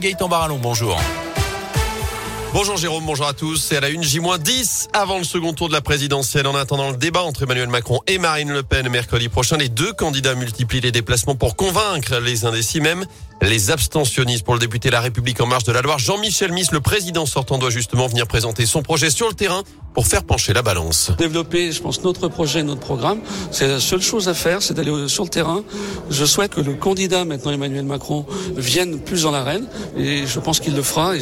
Gaëtan Barallon, bonjour. Bonjour Jérôme, bonjour à tous. C'est à la une J-10 avant le second tour de la présidentielle. En attendant le débat entre Emmanuel Macron et Marine Le Pen mercredi prochain, les deux candidats multiplient les déplacements pour convaincre les indécis, même les abstentionnistes. Pour le député La République En Marche de la Loire, Jean-Michel Miss, le président sortant, doit justement venir présenter son projet sur le terrain pour faire pencher la balance. Développer, je pense, notre projet, notre programme, c'est la seule chose à faire, c'est d'aller sur le terrain. Je souhaite que le candidat, maintenant Emmanuel Macron, vienne plus dans l'arène, et je pense qu'il le fera, et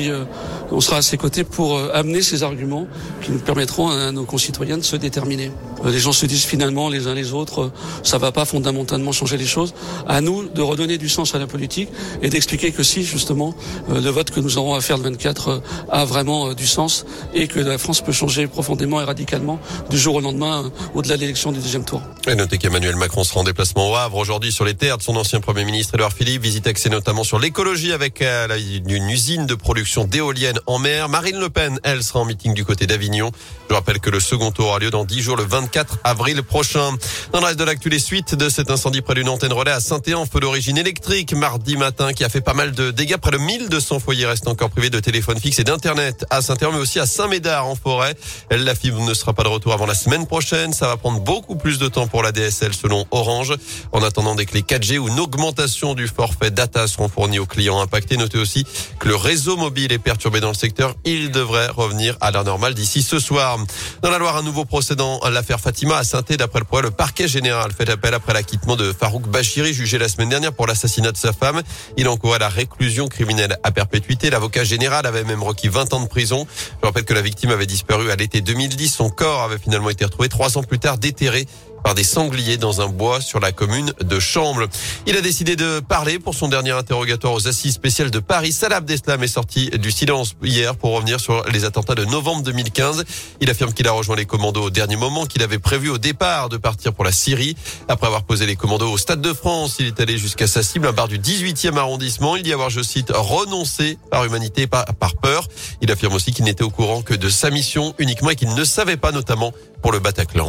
on sera à ses côtés pour amener ces arguments qui nous permettront à nos concitoyens de se déterminer. Les gens se disent finalement les uns les autres, ça va pas fondamentalement changer les choses. À nous de redonner du sens à la politique et d'expliquer que si justement le vote que nous aurons à faire le 24 a vraiment du sens et que la France peut changer profondément et radicalement du jour au lendemain au-delà de l'élection du deuxième tour. Et notez qu'Emmanuel Macron sera en déplacement au Havre aujourd'hui sur les terres de son ancien Premier ministre Édouard Philippe. Visite axée notamment sur l'écologie avec une usine de production d'éoliennes en mer. Marine Le Pen, elle, sera en meeting du côté d'Avignon. Je rappelle que le second tour aura lieu dans 10 jours, le 24 avril prochain. Dans le reste de l'actu, les suites de cet incendie près d'une antenne relais à Saint-Éan, feu d'origine électrique, mardi matin, qui a fait pas mal de dégâts. Près de 1200 foyers restent encore privés de téléphone fixe et d'internet à Saint-Éan, mais aussi à Saint-Médard en forêt. La fibre ne sera pas de retour avant la semaine prochaine. Ça va prendre beaucoup plus de temps pour la DSL selon Orange. En attendant des clés 4G ou une augmentation du forfait data seront fournis aux clients impactés. Notez aussi que le réseau mobile est perturbé dans le secteur. Il devrait revenir à l'heure normale d'ici ce soir. Dans la Loire, un nouveau procès dans l'affaire Fatima à Saint-Étienne. D'après le progrès, le parquet général fait appel après l'acquittement de Farouk Bachiri, jugé la semaine dernière pour l'assassinat de sa femme. Il encourait la réclusion criminelle à perpétuité. L'avocat général avait même requis 20 ans de prison. Je rappelle que la victime avait disparu à l'été 2010. Son corps avait finalement été retrouvé 3 ans plus tard déterré par des sangliers dans un bois sur la commune de Chambles. Il a décidé de parler pour son dernier interrogatoire aux assises spéciales de Paris. Salah Abdeslam est sorti du silence hier pour revenir sur les attentats de novembre 2015. Il affirme qu'il a rejoint les commandos au dernier moment, qu'il avait prévu au départ de partir pour la Syrie. Après avoir posé les commandos au Stade de France, il est allé jusqu'à sa cible, un bar du 18e arrondissement. Il y avoir, je cite, renoncé par humanité et par peur. Il affirme aussi qu'il n'était au courant que de sa mission uniquement et qu'il ne savait pas, notamment pour le Bataclan.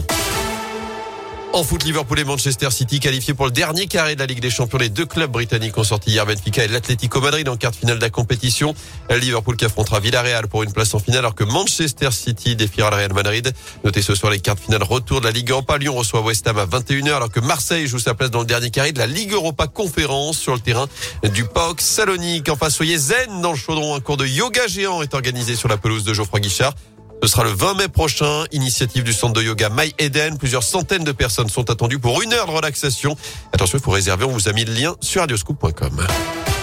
En foot, Liverpool et Manchester City qualifiés pour le dernier carré de la Ligue des Champions. Les deux clubs britanniques ont sorti hier Benfica et l'Atlético Madrid en quart de finale de la compétition. Liverpool qui affrontera Villarreal pour une place en finale alors que Manchester City défiera le Real Madrid. Notez ce soir les quarts de finale retour de la Ligue Europa. Lyon reçoit West Ham à 21h alors que Marseille joue sa place dans le dernier carré de la Ligue Europa Conférence sur le terrain du PAOK Salonique. Enfin, soyez zen dans le chaudron. Un cours de yoga géant est organisé sur la pelouse de Geoffroy Guichard. Ce sera le 20 mai prochain, initiative du centre de yoga My Eden. Plusieurs centaines de personnes sont attendues pour 1 heure de relaxation. Attention, il faut réserver, on vous a mis le lien sur radioscoop.com.